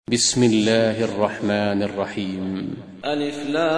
بسم الله الرحمن الرحيم. ألف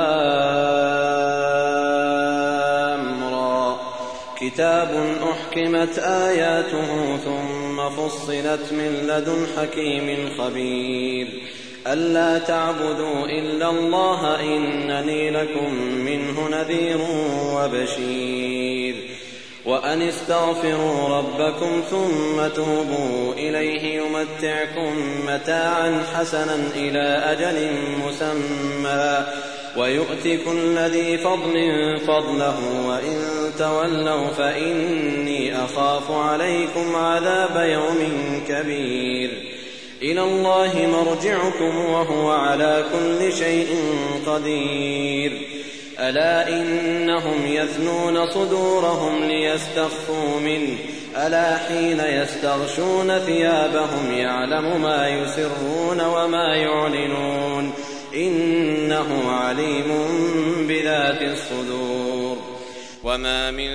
لام را. كتاب أحكمت آياته ثم فصلت من لدن حكيم خبير ألا تعبدوا إلا الله إنني لكم منه نذير وبشير وأن استغفروا ربكم ثم توبوا إليه يمتعكم متاعا حسنا إلى أجل مسمى ويؤت كل ذي فضل فضله وإن تولوا فإني أخاف عليكم عذاب يوم كبير إلى الله مرجعكم وهو على كل شيء قدير ألا إنهم يثنون صدورهم ليستخفوا منه ألا حين يستغشون ثيابهم يعلم ما يسرون وما يعلنون إنه عليم بذات الصدور وما من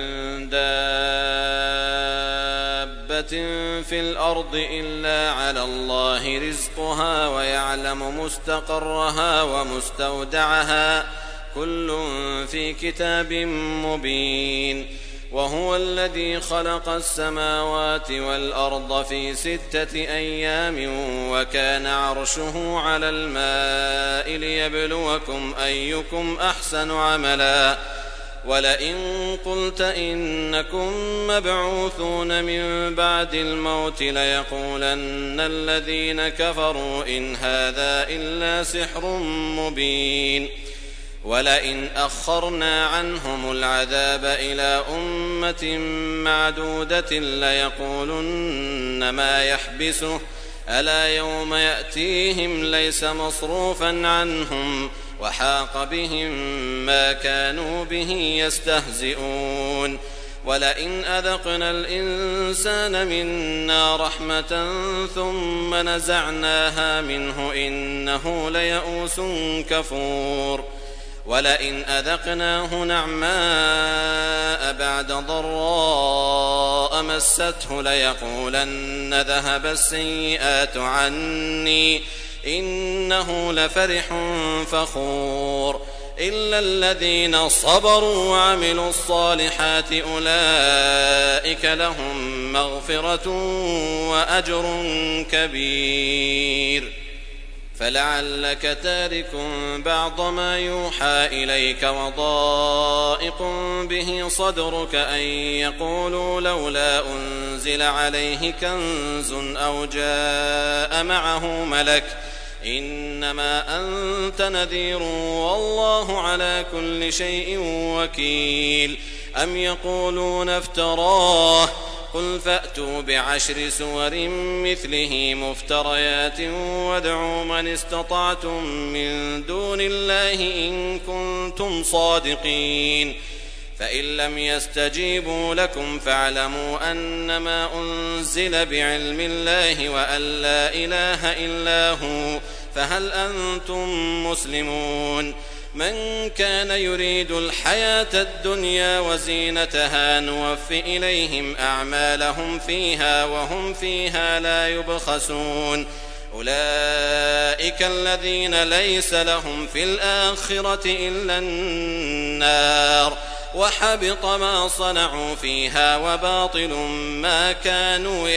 دابة في الأرض إلا على الله رزقها ويعلم مستقرها ومستودعها كل في كتاب مبين وهو الذي خلق السماوات والأرض في 6 أيام وكان عرشه على الماء ليبلوكم أيكم أحسن عملا ولئن قلت إنكم مبعوثون من بعد الموت ليقولن الذين كفروا إن هذا إلا سحر مبين ولئن أخرنا عنهم العذاب إلى أمة معدودة ليقولن ما يحبسه ألا يوم يأتيهم ليس مصروفا عنهم وحاق بهم ما كانوا به يستهزئون ولئن أذقنا الإنسان منا رحمة ثم نزعناها منه إنه ليئوس كفور ولئن أذقناه نعماء بعد ضراء مسته ليقولن ذهب السيئات عني إنه لفرح فخور إلا الذين صبروا وعملوا الصالحات أولئك لهم مغفرة وأجر كبير فلعلك تارك بعض ما يوحى إليك وضائق به صدرك أن يقولوا لولا أنزل عليه كنز أو جاء معه ملك إنما أنت نذير والله على كل شيء وكيل أم يقولون افتراه قل فأتوا ب10 سور مثله مفتريات وادعوا من استطعتم من دون الله إن كنتم صادقين فإن لم يستجيبوا لكم فاعلموا أنما أنزل بعلم الله وأن لا إله إلا هو فهل أنتم مسلمون من كان يريد الحياة الدنيا وزينتها نوف إليهم أعمالهم فيها وهم فيها لا يبخسون أولئك الذين ليس لهم في الآخرة إلا النار وحبط ما صنعوا فيها وباطل ما كانوا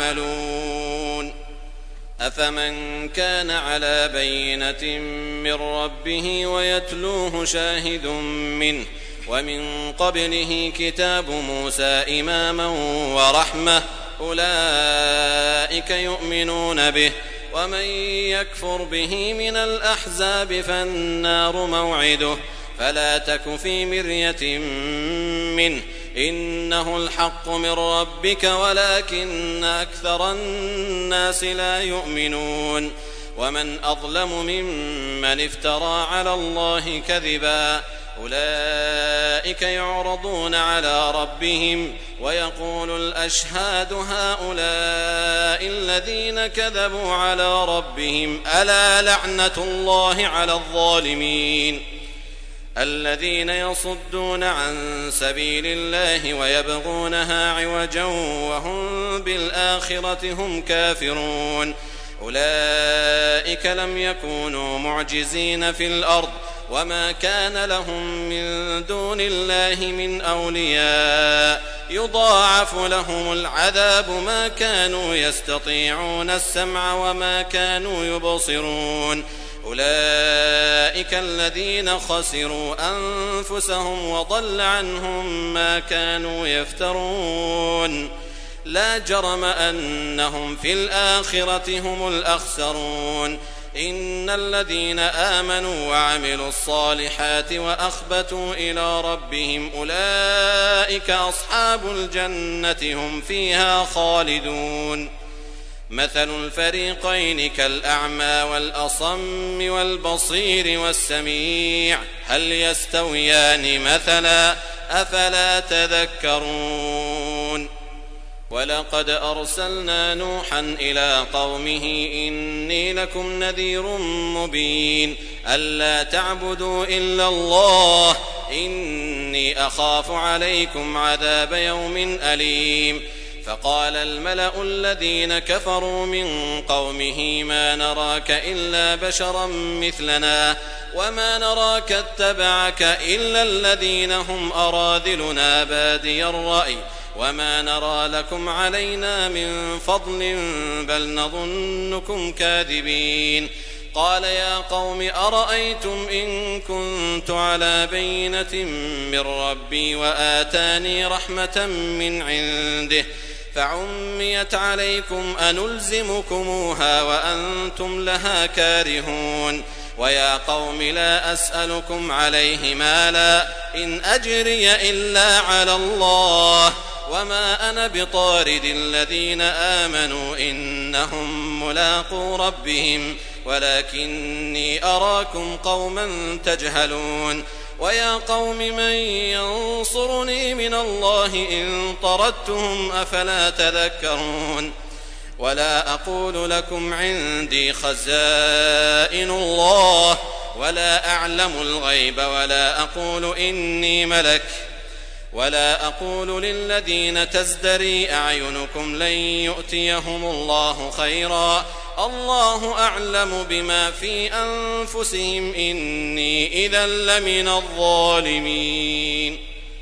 يعملون أفمن كان على بينة من ربه ويتلوه شاهد منه ومن قبله كتاب موسى إماما ورحمة أولئك يؤمنون به ومن يكفر به من الأحزاب فالنار موعده فلا تك في مرية منه إنه الحق من ربك ولكن أكثر الناس لا يؤمنون ومن أظلم ممن افترى على الله كذبا أولئك يعرضون على ربهم ويقول الأشهاد هؤلاء الذين كذبوا على ربهم ألا لعنة الله على الظالمين الذين يصدون عن سبيل الله ويبغونها عوجا وهم بالآخرة هم كافرون أولئك لم يكونوا معجزين في الأرض وما كان لهم من دون الله من أولياء يضاعف لهم العذاب ما كانوا يستطيعون السمع وما كانوا يبصرون أولئك الذين خسروا أنفسهم وضل عنهم ما كانوا يفترون لا جرم أنهم في الآخرة هم الأخسرون إن الذين آمنوا وعملوا الصالحات وأخبتوا إلى ربهم أولئك أصحاب الجنة هم فيها خالدون مثل الفريقين كالأعمى والأصم والبصير والسميع هل يستويان مثلا أفلا تذكرون ولقد أرسلنا نوحا إلى قومه إني لكم نذير مبين ألا تعبدوا إلا الله إني أخاف عليكم عذاب يوم أليم فقال الملأ الذين كفروا من قومه ما نراك إلا بشرا مثلنا وما نراك اتبعك إلا الذين هم أراذلنا بادي الرأي وما نرى لكم علينا من فضل بل نظنكم كاذبين قال يا قوم أرأيتم إن كنت على بينة من ربي وآتاني رحمة من عنده فعميت عليكم أنلزمكموها وأنتم لها كارهون ويا قوم لا أسألكم عليه مالا إن أجري إلا على الله وما أنا بطارد الذين آمنوا إنهم ملاقو ربهم ولكني أراكم قوما تجهلون ويا قوم من ينصرني من الله إن طردتهم أفلا تذكرون ولا أقول لكم عندي خزائن الله ولا أعلم الغيب ولا أقول إني ملك ولا أقول للذين تزدري أعينكم لن يؤتيهم الله خيرا الله أعلم بما في أنفسهم إني إذا لمن الظالمين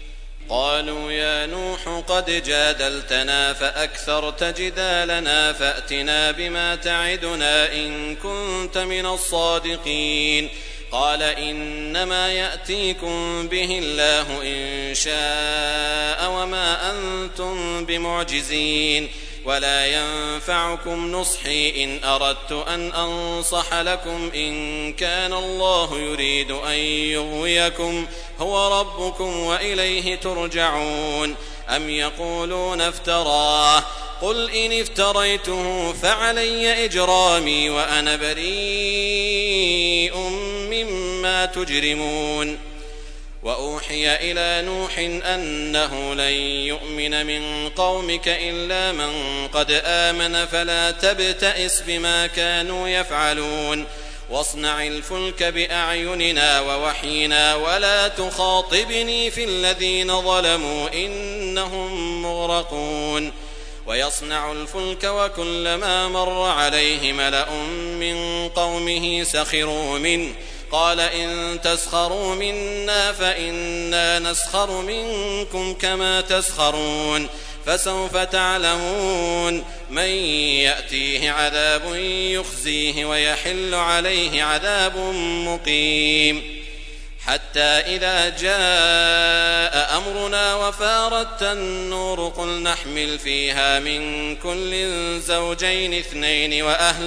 قالوا يا نوح قد جادلتنا فأكثرت جدالنا فأتنا بما تعدنا إن كنت من الصادقين قال إنما يأتيكم به الله إن شاء وما أنتم بمعجزين ولا ينفعكم نصحي إن أردت أن أنصح لكم إن كان الله يريد أن يغويكم هو ربكم وإليه ترجعون أم يقولون افتراه قل إن افتريته فعلي إجرامي وأنا بريء مما تجرمون وأوحي إلى نوح أنه لن يؤمن من قومك إلا من قد آمن فلا تبتئس بما كانوا يفعلون واصنع الفلك بأعيننا ووحينا ولا تخاطبني في الذين ظلموا إنهم مغرقون ويصنع الفلك وكلما مر عليه ملأ من قومه سخروا منه قال إن تسخروا منا فإنا نسخر منكم كما تسخرون فسوف تعلمون من يأتيه عذاب يخزيه ويحل عليه عذاب مقيم حتى إذا جاء أمرنا وفارت النور قل نحمل فيها من كل زوجين اثنين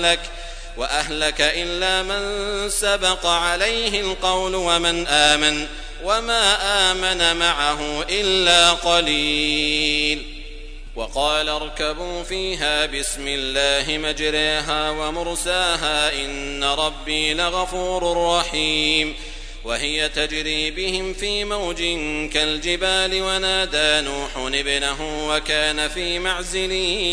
وأهلك إلا من سبق عليه القول ومن آمن وما آمن معه إلا قليل وقال اركبوا فيها بسم الله مجريها ومرساها إن ربي لغفور رحيم وهي تجري بهم في موج كالجبال ونادى نوح ابنه وكان في معزل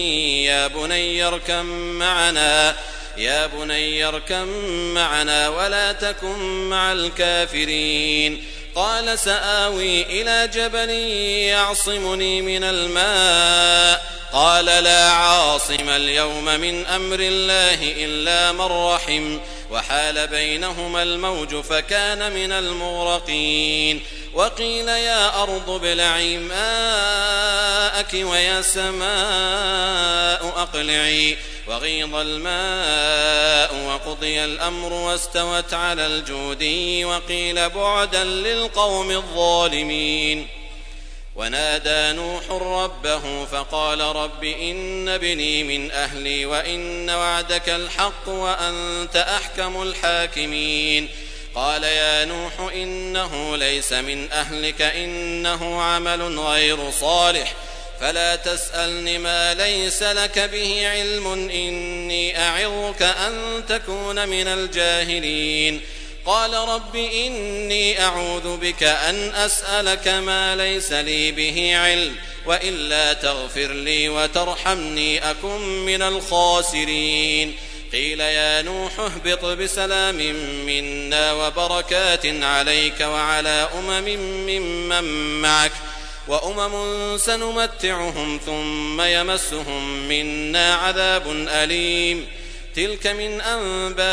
يا بني اركم معنا ولا تكن مع الكافرين قال سآوي إلى جبل يعصمني من الماء قال لا عاصم اليوم من أمر الله إلا من رحم وحال بينهما الموج فكان من المغرقين وقيل يا أرض ابلعي ماءك ويا سماء أقلعي وغيض الماء وقضي الأمر واستوت على الجودي وقيل بعدا للقوم الظالمين ونادى نوح ربه فقال رب إن ابني من أهلي وإن وعدك الحق وأنت أحكم الحاكمين قال يا نوح إنه ليس من أهلك إنه عمل غير صالح فلا تسألني ما ليس لك به علم إني أعظك أن تكون من الجاهلين قال رب إني أعوذ بك أن أسألك ما ليس لي به علم وإلا تغفر لي وترحمني أكن من الخاسرين قيل يا نوح اهبط بسلام منا وبركات عليك وعلى ممن معك وأمم سنمتعهم ثم يمسهم منا عذاب أليم تلك من أنباء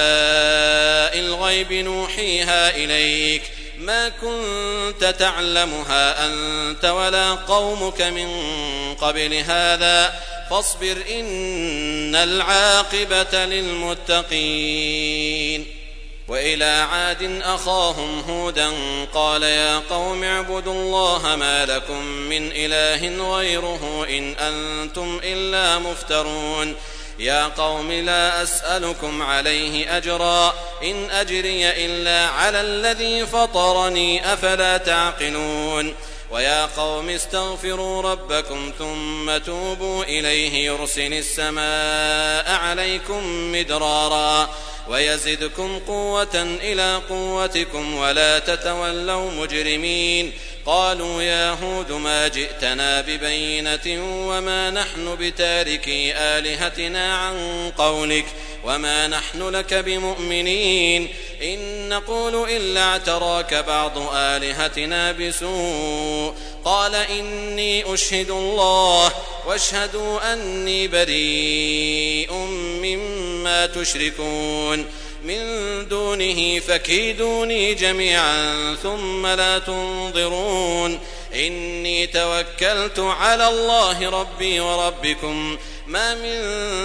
الغيب نوحيها إليك ما كنت تعلمها أنت ولا قومك من قبل هذا فاصبر إن العاقبة للمتقين وإلى عاد أخاهم هودا قال يا قوم اعبدوا الله ما لكم من إله غيره إن أنتم إلا مفترون يا قوم لا أسألكم عليه أجرا إن أجري إلا على الذي فطرني أفلا تعقلون ويا قوم استغفروا ربكم ثم توبوا إليه يرسل السماء عليكم مدرارا ويزدكم قوة إلى قوتكم ولا تتولوا مجرمين قالوا يا هود ما جئتنا ببينة وما نحن بتاركي آلهتنا عن قولك وما نحن لك بمؤمنين إن نقول إلا اعتراك بعض آلهتنا بسوء قال إني أشهد الله واشهدوا أني بريء مما تشركون من دونه فكيدوني جميعا ثم لا تنظرون إني توكلت على الله ربي وربكم ما من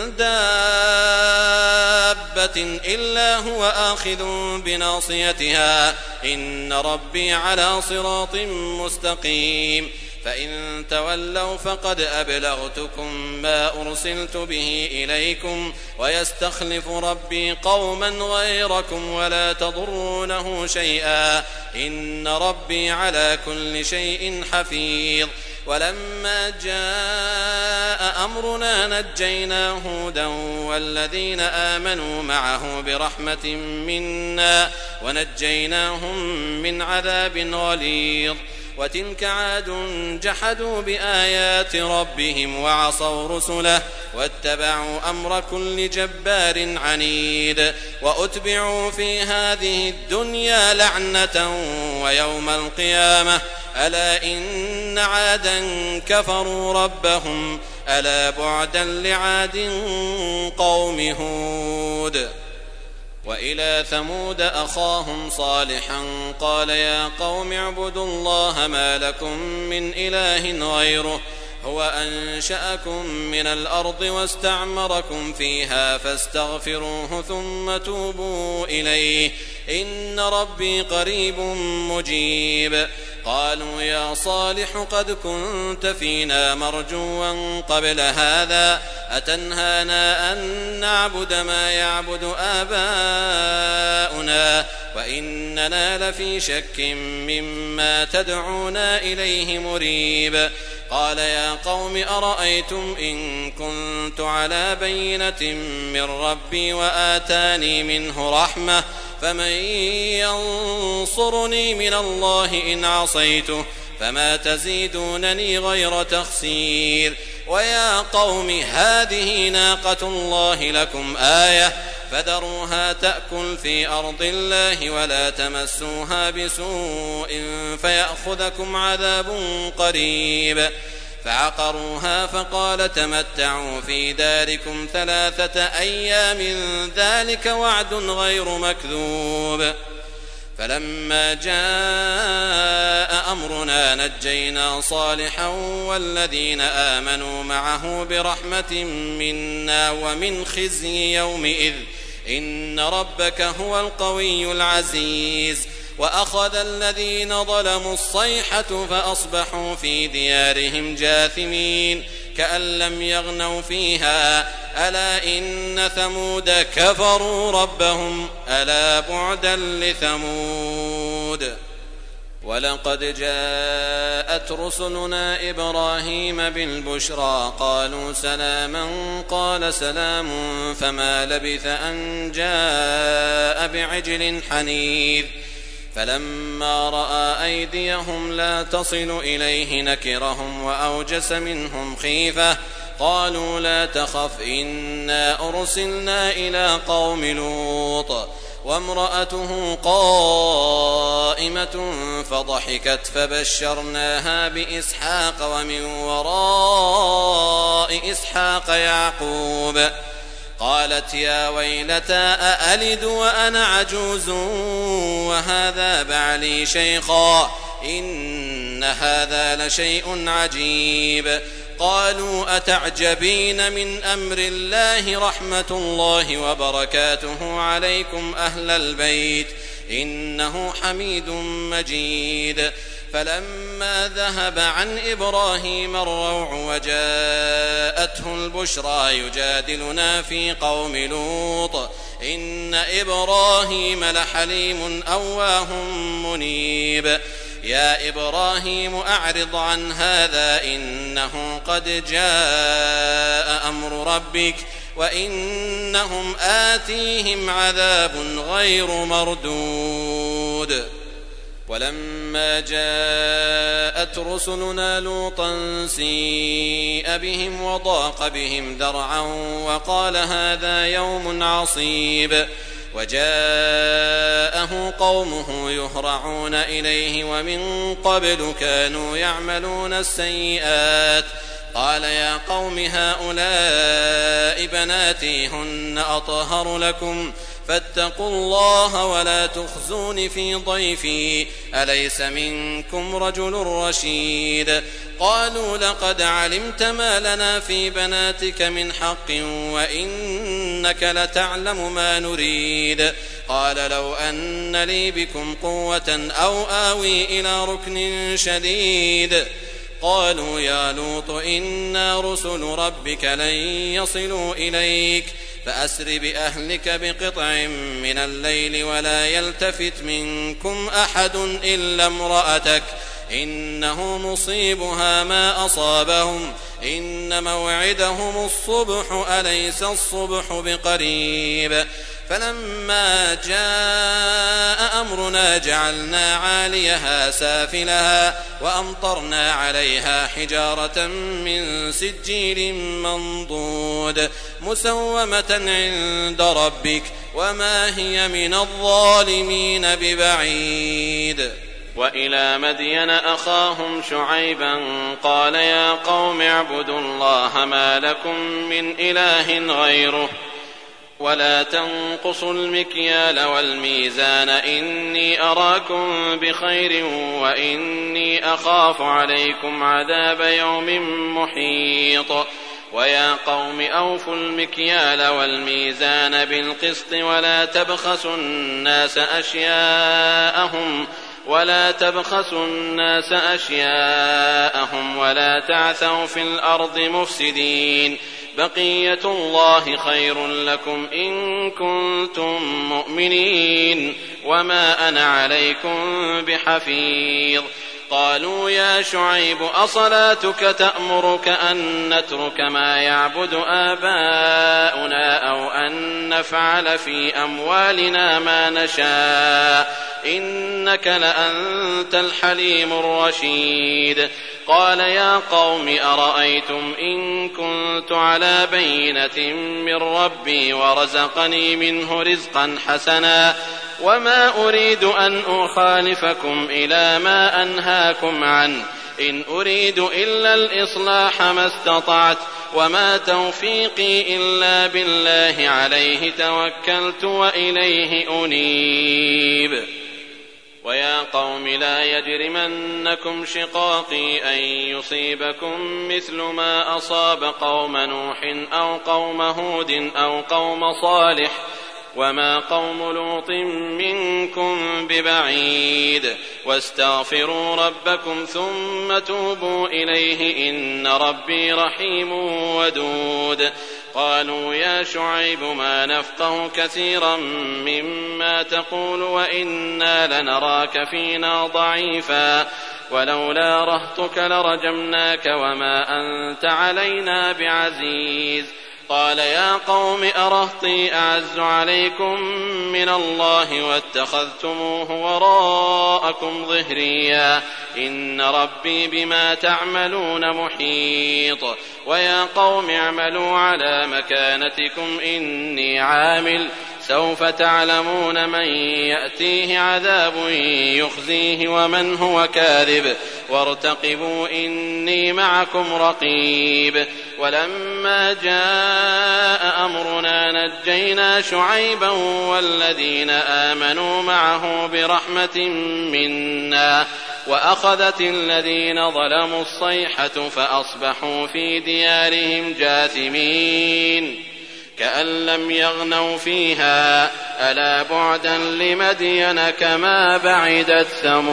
دابة إلا هو آخذ بناصيتها إن ربي على صراط مستقيم فإن تولوا فقد أبلغتكم ما أرسلت به إليكم ويستخلف ربي قوما غيركم ولا تضرونه شيئا إن ربي على كل شيء حفيظ ولما جاء أمرنا نجينا هودا والذين آمنوا معه برحمة منا ونجيناهم من عذاب غليظ وتلك عاد جحدوا بآيات ربهم وعصوا رسله واتبعوا أمر كل جبار عنيد وأتبعوا في هذه الدنيا لعنة ويوم القيامة ألا إن عادا كفروا ربهم ألا بعدا لعاد قوم هود وإلى ثمود أخاهم صالحا قال يا قوم اعبدوا الله ما لكم من إله غيره هو أنشأكم من الأرض واستعمركم فيها فاستغفروه ثم توبوا إليه إن ربي قريب مجيب قالوا يا صالح قد كنت فينا مرجوا قبل هذا أتنهانا أن نعبد ما يعبد آباؤنا وإننا لفي شك مما تدعونا إليه مريب قال يا قوم أرأيتم إن كنت على بينة من ربي وآتاني منه رحمة فمن ينصرني من الله إن عصيته فما تزيدونني غير تخسير ويا قوم هذه ناقة الله لكم آية فذروها تأكل في أرض الله ولا تمسوها بسوء فيأخذكم عذاب قريب فعقروها فقال تمتعوا في داركم 3 أيام ذلك وعد غير مكذوب. فلما جاء أمرنا نجينا صالحا والذين آمنوا معه برحمة منا ومن خزي يومئذ إن ربك هو القوي العزيز. وأخذ الذين ظلموا الصيحة فأصبحوا في ديارهم جاثمين كأن لم يغنوا فيها ألا إن ثمود كفروا ربهم ألا بعدا لثمود. ولقد جاءت رسلنا إبراهيم بالبشرى قالوا سلاما قال سلام فما لبث أن جاء بعجل حنيذ. فلما رأى أيديهم لا تصل إليه نكرهم وأوجس منهم خيفة قالوا لا تخف إنا أرسلنا إلى قوم لوط وامرأته قائمة فضحكت فبشرناها بإسحاق ومن وراء إسحاق يعقوب. قالت يا ويلتى أألد وأنا عجوز وهذا بعلي شيخا إن هذا لشيء عجيب. قالوا أتعجبين من أمر الله رحمة الله وبركاته عليكم أهل البيت إنه حميد مجيد. فلما ذهب عن إبراهيم الروع وجاءته البشرى يجادلنا في قوم لوط إن إبراهيم لحليم أواه منيب. يا إبراهيم أعرض عن هذا إنه قد جاء أمر ربك وإنهم آتيهم عذاب غير مردود. ولما جاءت رسلنا لوطا سيء بهم وضاق بهم ذرعا وقال هذا يوم عصيب. وجاءه قومه يهرعون إليه ومن قبل كانوا يعملون السيئات. قال يا قوم هؤلاء بناتي هن أطهر لكم فاتقوا الله ولا تخزون في ضيفي أليس منكم رجل رشيد. قالوا لقد علمت ما لنا في بناتك من حق وإنك لتعلم ما نريد. قال لو أن لي بكم قوة أو آوي إلى ركن شديد. قالوا يا لوط إنا رسل ربك لن يصلوا إليك فأسر بأهلك بقطع من الليل ولا يلتفت منكم أحد إلا امرأتك إنه مصيبها ما أصابهم إن موعدهم الصبح أليس الصبح بقريب. فلما جاء أمرنا جعلنا عاليها سافلها وأمطرنا عليها حجارة من سجيل منضود مسومة عند ربك وما هي من الظالمين ببعيد. وإلى مدين أخاهم شعيبا قال يا قوم اعبدوا الله ما لكم من إله غيره ولا تنقصوا المكيال والميزان إني أراكم بخير وإني أخاف عليكم عذاب يوم محيط. ويا قوم أوفوا المكيال والميزان بالقسط ولا تبخسوا الناس أشياءهم ولا تعثوا في الأرض مفسدين. بقية الله خير لكم إن كنتم مؤمنين وما أنا عليكم بحفيظ. قالوا يا شعيب أصلاتك تأمرك أن نترك ما يعبد آباؤنا أو أن نفعل في أموالنا ما نشاء إنك لأنت الحليم الرشيد. قال يا قوم أرأيتم إن كنت على بينة من ربي ورزقني منه رزقا حسنا وما أريد أن أخالفكم إلى ما أنهاكم عنه إن أريد إلا الإصلاح ما استطعت وما توفيقي إلا بالله عليه توكلت وإليه أنيب. ويا قوم لا يجرمنكم شقاقي أن يصيبكم مثل ما أصاب قوم نوح أو قوم هود أو قوم صالح وما قوم لوط منكم ببعيد واستغفروا ربكم ثم توبوا إليه إن ربي رحيم ودود. قالوا يا شعيب ما نفقه كثيرا مما تقول وإنا لنراك فينا ضعيفا ولولا رهطك لرجمناك وما أنت علينا بعزيز. قال يا قوم أرهطي أعز عليكم من الله واتخذتموه وراءكم ظهريا إن ربي بما تعملون محيط. ويا قوم اعملوا على مكانتكم إني عامل سوف تعلمون من يأتيه عذاب يخزيه ومن هو كاذب وارتقبوا إني معكم رقيب. ولما جاء أمرنا نجينا شعيبا والذين آمنوا معه برحمة منا وأخذت الذين ظلموا الصيحة فأصبحوا في ديارهم جاثمين كأن لم يغنوا فيها ألا بعدا لمدين كما بعدت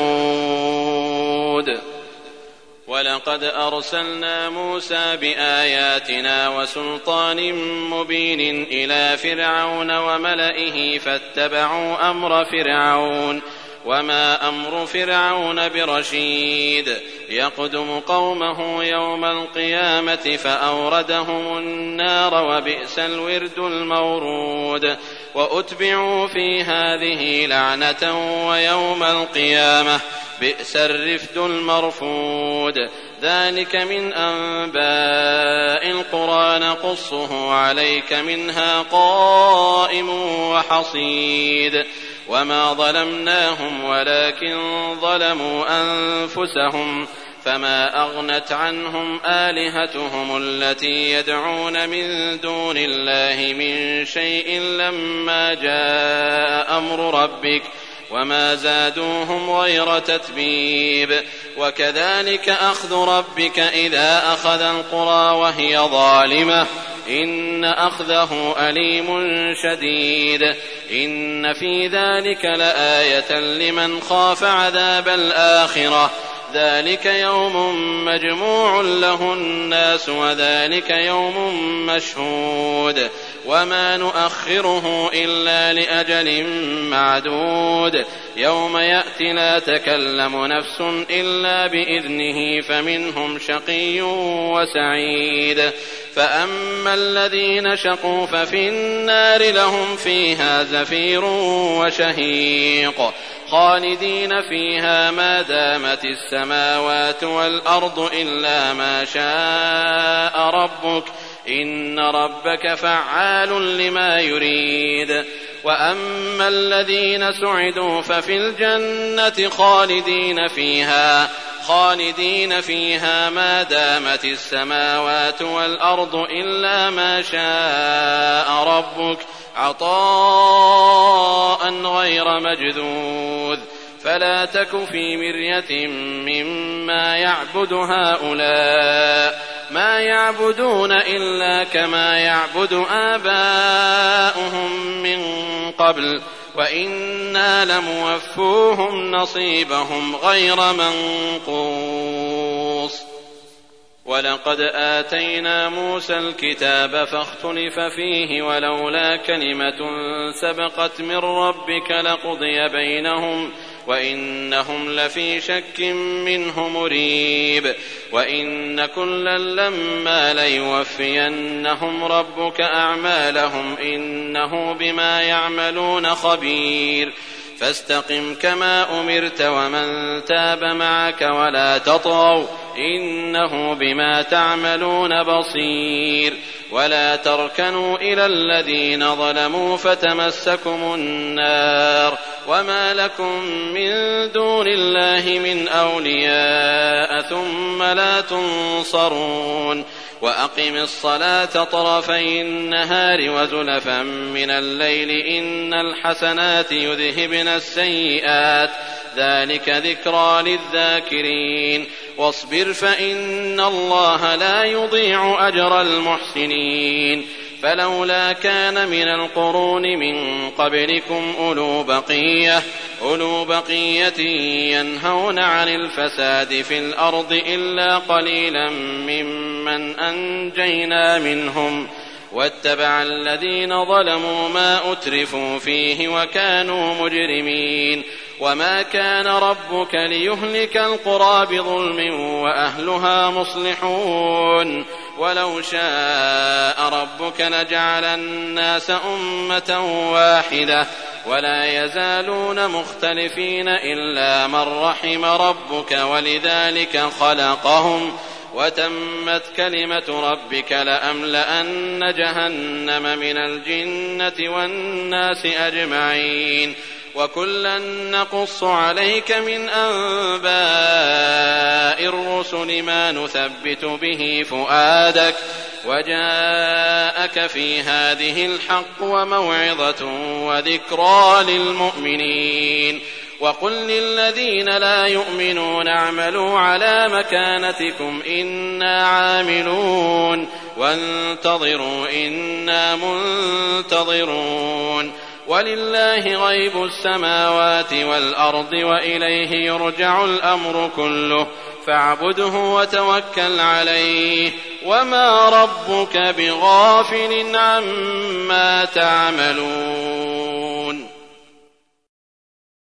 ثمود. ولقد أرسلنا موسى بآياتنا وسلطان مبين إلى فرعون وملئه فاتبعوا أمر فرعون وما أمر فرعون برشيد يقدم قومه يوم القيامة فأوردهم النار وبئس الورد المورود. وأتبعوا في هذه لعنة ويوم القيامة بئس الرفد المرفود. ذلك من أنباء القرى نقصه عليك منها قائم وحصيد. وما ظلمناهم ولكن ظلموا أنفسهم فما أغنت عنهم آلهتهم التي يدعون من دون الله من شيء لما جاء أمر ربك وما زادوهم غير تتبيب. وكذلك أخذ ربك إذا أخذ القرى وهي ظالمة إن أخذه أليم شديد. إن في ذلك لآية لمن خاف عذاب الآخرة ذلك يوم مجموع له الناس وذلك يوم مشهود وما نؤخره إلا لأجل معدود. يوم يأتي لا تكلم نفس إلا بإذنه فمنهم شقي وسعيد. فأما الذين شقوا ففي النار لهم فيها زفير وشهيق خالدين فيها ما دامت السماوات والأرض إلا ما شاء ربك إن ربك فعال لما يريد. وأما الذين سعدوا ففي الجنة خالدين فيها ما دامت السماوات والأرض إلا ما شاء ربك عطاء غير مجذوذ. فلا تك في مرية مما يعبد هؤلاء ما يعبدون إلا كما يعبد آباؤهم من قبل وإنا لموفوهم نصيبهم غير منقوص. ولقد آتينا موسى الكتاب فاختلف فيه ولولا كلمة سبقت من ربك لقضي بينهم وإنهم لفي شك منه مريب. وإن كلا لما ليوفينهم ربك أعمالهم إنه بما يعملون خبير. فاستقم كما أمرت ومن تاب معك ولا تطغوا إنه بما تعملون بصير. ولا تركنوا إلى الذين ظلموا فتمسكم النار وما لكم من دون الله من أولياء ثم لا تنصرون وأقم الصلاة طرفي النهار وزلفا من الليل إن الحسنات يذهبن السيئات ذلك ذكرى للذاكرين واصبر فإن الله لا يضيع أجر المحسنين فلولا كان من القرون من قبلكم أولو بقية ينهون عن الفساد في الأرض إلا قليلا ممن أنجينا منهم واتبع الذين ظلموا ما أترفوا فيه وكانوا مجرمين وما كان ربك ليهلك القرى بظلم وأهلها مصلحون ولو شاء ربك لجعل الناس أمة واحدة ولا يزالون مختلفين إلا من رحم ربك ولذلك خلقهم وتمت كلمة ربك لأملأن جهنم من الجنة والناس أجمعين وكلا نقص عليك من أنباء الرسل ما نثبت به فؤادك وجاءك في هذه الحق وموعظة وذكرى للمؤمنين وقل للذين لا يؤمنون اعملوا على مكانتكم إنا عاملون وانتظروا إنا منتظرون ولله غيب السماوات والأرض وإليه يرجع الأمر كله فاعبده وتوكل عليه وما ربك بغافل عما تعملون